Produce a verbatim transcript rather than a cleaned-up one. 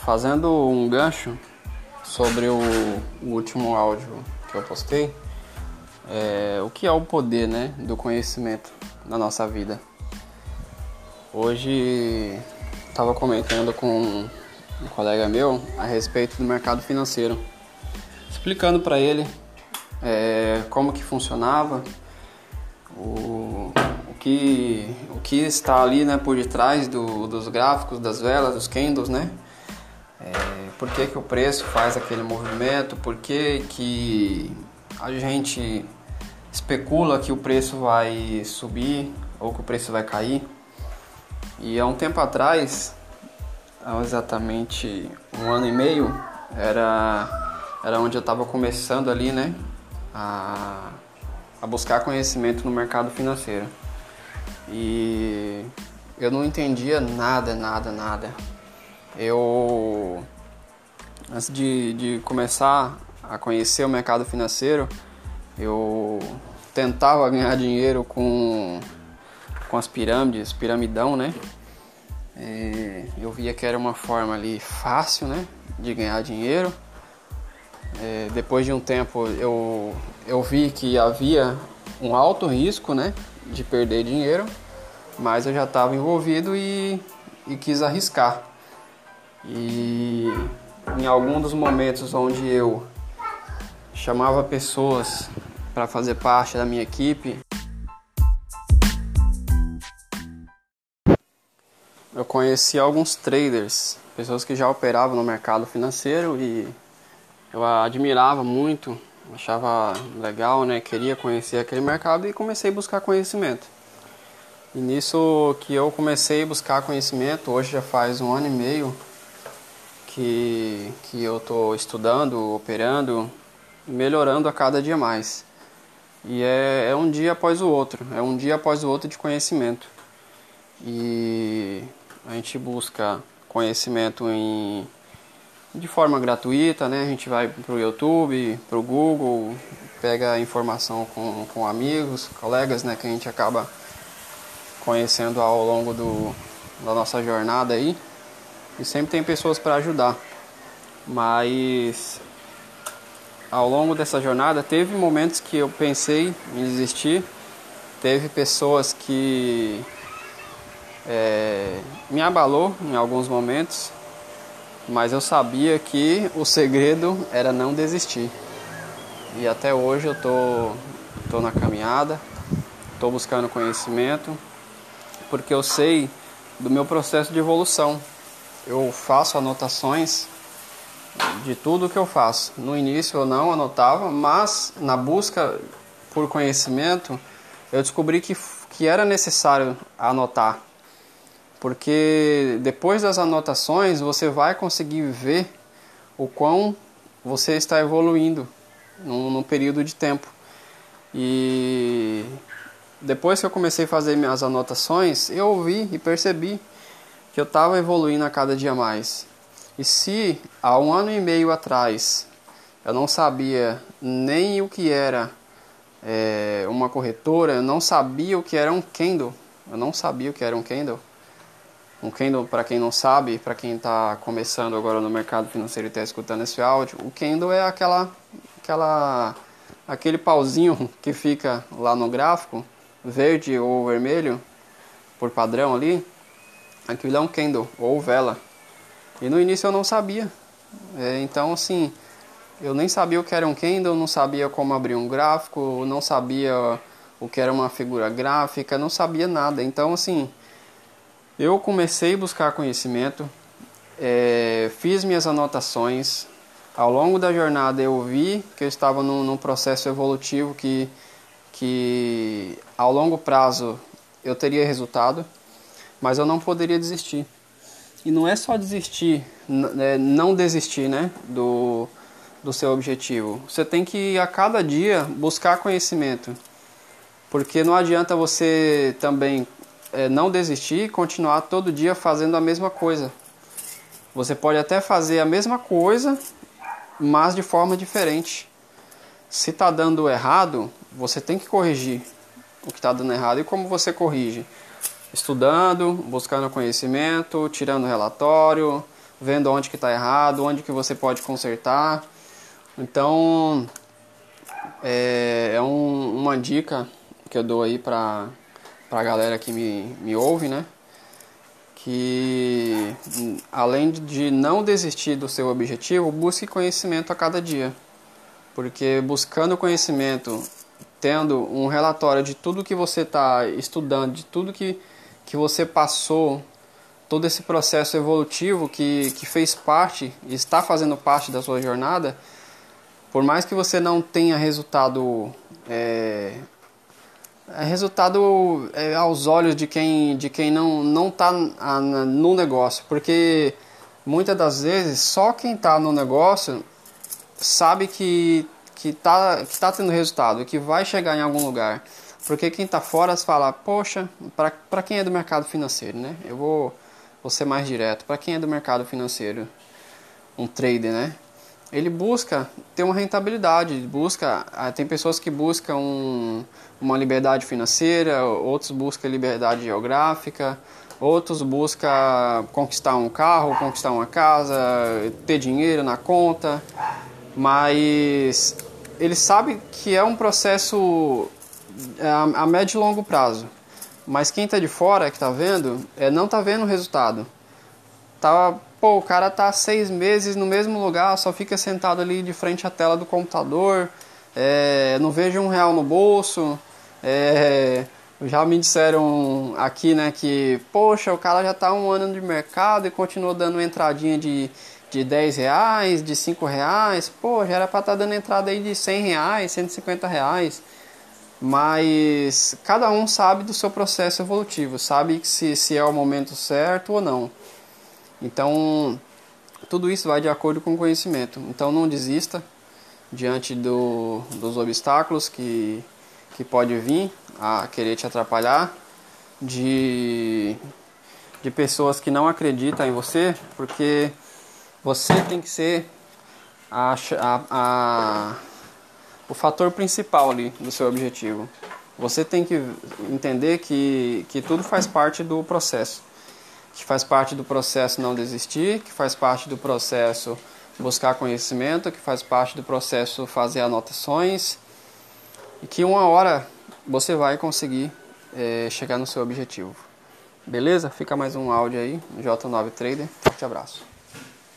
Fazendo um gancho sobre o, o último áudio que eu postei, é, o que é o poder, né, do conhecimento na nossa vida. Hoje estava comentando com um colega meu a respeito do mercado financeiro, explicando para ele é, como que funcionava, o, o, que, o que está ali, né, por detrás do, dos gráficos, das velas, dos candles, né? É, por que que o preço faz aquele movimento, por que que a gente especula que o preço vai subir ou que o preço vai cair. E há um tempo atrás, há exatamente um ano e meio, era, era onde eu estava começando ali, né, a, a buscar conhecimento no mercado financeiro. E eu não entendia nada, nada, nada. Eu, antes de, de começar a conhecer o mercado financeiro, eu tentava ganhar dinheiro com, com as pirâmides, piramidão, né? E eu via que era uma forma ali fácil, né, de ganhar dinheiro. É, depois de um tempo eu, eu vi que havia um alto risco, né, de perder dinheiro, mas eu já estava envolvido e, e quis arriscar. E em algum dos momentos onde eu chamava pessoas para fazer parte da minha equipe, eu conheci alguns traders, pessoas que já operavam no mercado financeiro, e eu admirava muito, achava legal, né? Queria conhecer aquele mercado e comecei a buscar conhecimento. E nisso que eu comecei a buscar conhecimento, hoje já faz um ano e meio que, que eu estou estudando, operando, melhorando a cada dia mais. E é, é um dia após o outro, é um dia após o outro de conhecimento. E a gente busca conhecimento em, de forma gratuita, né? A gente vai para o YouTube, para o Google, pega informação com, com amigos, colegas, né? Que a gente acaba conhecendo ao longo do, da nossa jornada aí. E sempre tem pessoas para ajudar. Mas ao longo dessa jornada teve momentos que eu pensei em desistir. Teve pessoas que é, me abalou em alguns momentos, mas eu sabia que o segredo era não desistir. E até hoje eu tô, tô na caminhada, tô buscando conhecimento, porque eu sei do meu processo de evolução. Eu faço anotações de tudo que eu faço. No início eu não anotava, mas na busca por conhecimento eu descobri que, que era necessário anotar. Porque depois das anotações você vai conseguir ver o quão você está evoluindo num, num período de tempo. E depois que eu comecei a fazer minhas anotações, eu vi e percebi que eu estava evoluindo a cada dia mais. E se há um ano e meio atrás eu não sabia nem o que era é, uma corretora, eu não sabia o que era um candle, eu não sabia o que era um candle. Um candle, para quem não sabe, para quem está começando agora no mercado financeiro e está escutando esse áudio, o candle é aquela, aquela, aquele pauzinho que fica lá no gráfico, verde ou vermelho, por padrão ali. Aquilo é um candle ou vela. E no início eu não sabia. É, então, assim, eu nem sabia o que era um candle, não sabia como abrir um gráfico, não sabia o que era uma figura gráfica, não sabia nada. Então, assim, eu comecei a buscar conhecimento, é, fiz minhas anotações. Ao longo da jornada eu vi que eu estava num, num processo evolutivo que, que ao longo prazo eu teria resultado, mas eu não poderia desistir. E não é só desistir, não desistir, né, do, do seu objetivo. Você tem que a cada dia buscar conhecimento, porque não adianta você também é, não desistir e continuar todo dia fazendo a mesma coisa. Você pode até fazer a mesma coisa, mas de forma diferente. Se está dando errado, você tem que corrigir o que está dando errado. E como você corrige? Estudando, buscando conhecimento, tirando relatório, vendo onde que está errado, onde que você pode consertar. Então, é, é um, uma dica que eu dou aí para a galera que me, me ouve, né? Que além de não desistir do seu objetivo, busque conhecimento a cada dia. Porque buscando conhecimento, tendo um relatório de tudo que você está estudando, de tudo que, que você passou, todo esse processo evolutivo que, que fez parte, está fazendo parte da sua jornada, por mais que você não tenha resultado, é, é resultado é, aos olhos de quem, de quem não não está no negócio, porque muitas das vezes só quem está no negócio sabe que que está que tá tendo resultado, que vai chegar em algum lugar, porque quem está fora fala, poxa, para quem é do mercado financeiro, né? Eu vou, vou ser mais direto, para quem é do mercado financeiro, um trader, né? Ele busca ter uma rentabilidade, busca, tem pessoas que buscam um, uma liberdade financeira, outros buscam liberdade geográfica, outros buscam conquistar um carro, conquistar uma casa, ter dinheiro na conta, mas ele sabe que é um processo a, a médio e longo prazo, mas quem está de fora, que está vendo, é, não está vendo o resultado. Tá, pô, o cara tá seis meses no mesmo lugar, só fica sentado ali de frente à tela do computador, é, não vejo um real no bolso. É, já me disseram aqui, né, que, poxa, o cara já tá um ano de mercado e continua dando entradinha de, de dez reais, de cinco reais. Pô, já era pra estar tá dando entrada aí de cem reais, cento e cinquenta reais. Mas cada um sabe do seu processo evolutivo, sabe se, se é o momento certo ou não. Então, tudo isso vai de acordo com o conhecimento. Então, não desista diante do, dos obstáculos que, que pode vir a querer te atrapalhar, de, de pessoas que não acreditam em você, porque você tem que ser a, a, a, o fator principal ali do seu objetivo. Você tem que entender que, que tudo faz parte do processo. Que faz parte do processo não desistir, que faz parte do processo buscar conhecimento, que faz parte do processo fazer anotações, e que uma hora você vai conseguir é, chegar no seu objetivo. Beleza? Fica mais um áudio aí, J nove Trader. Forte abraço.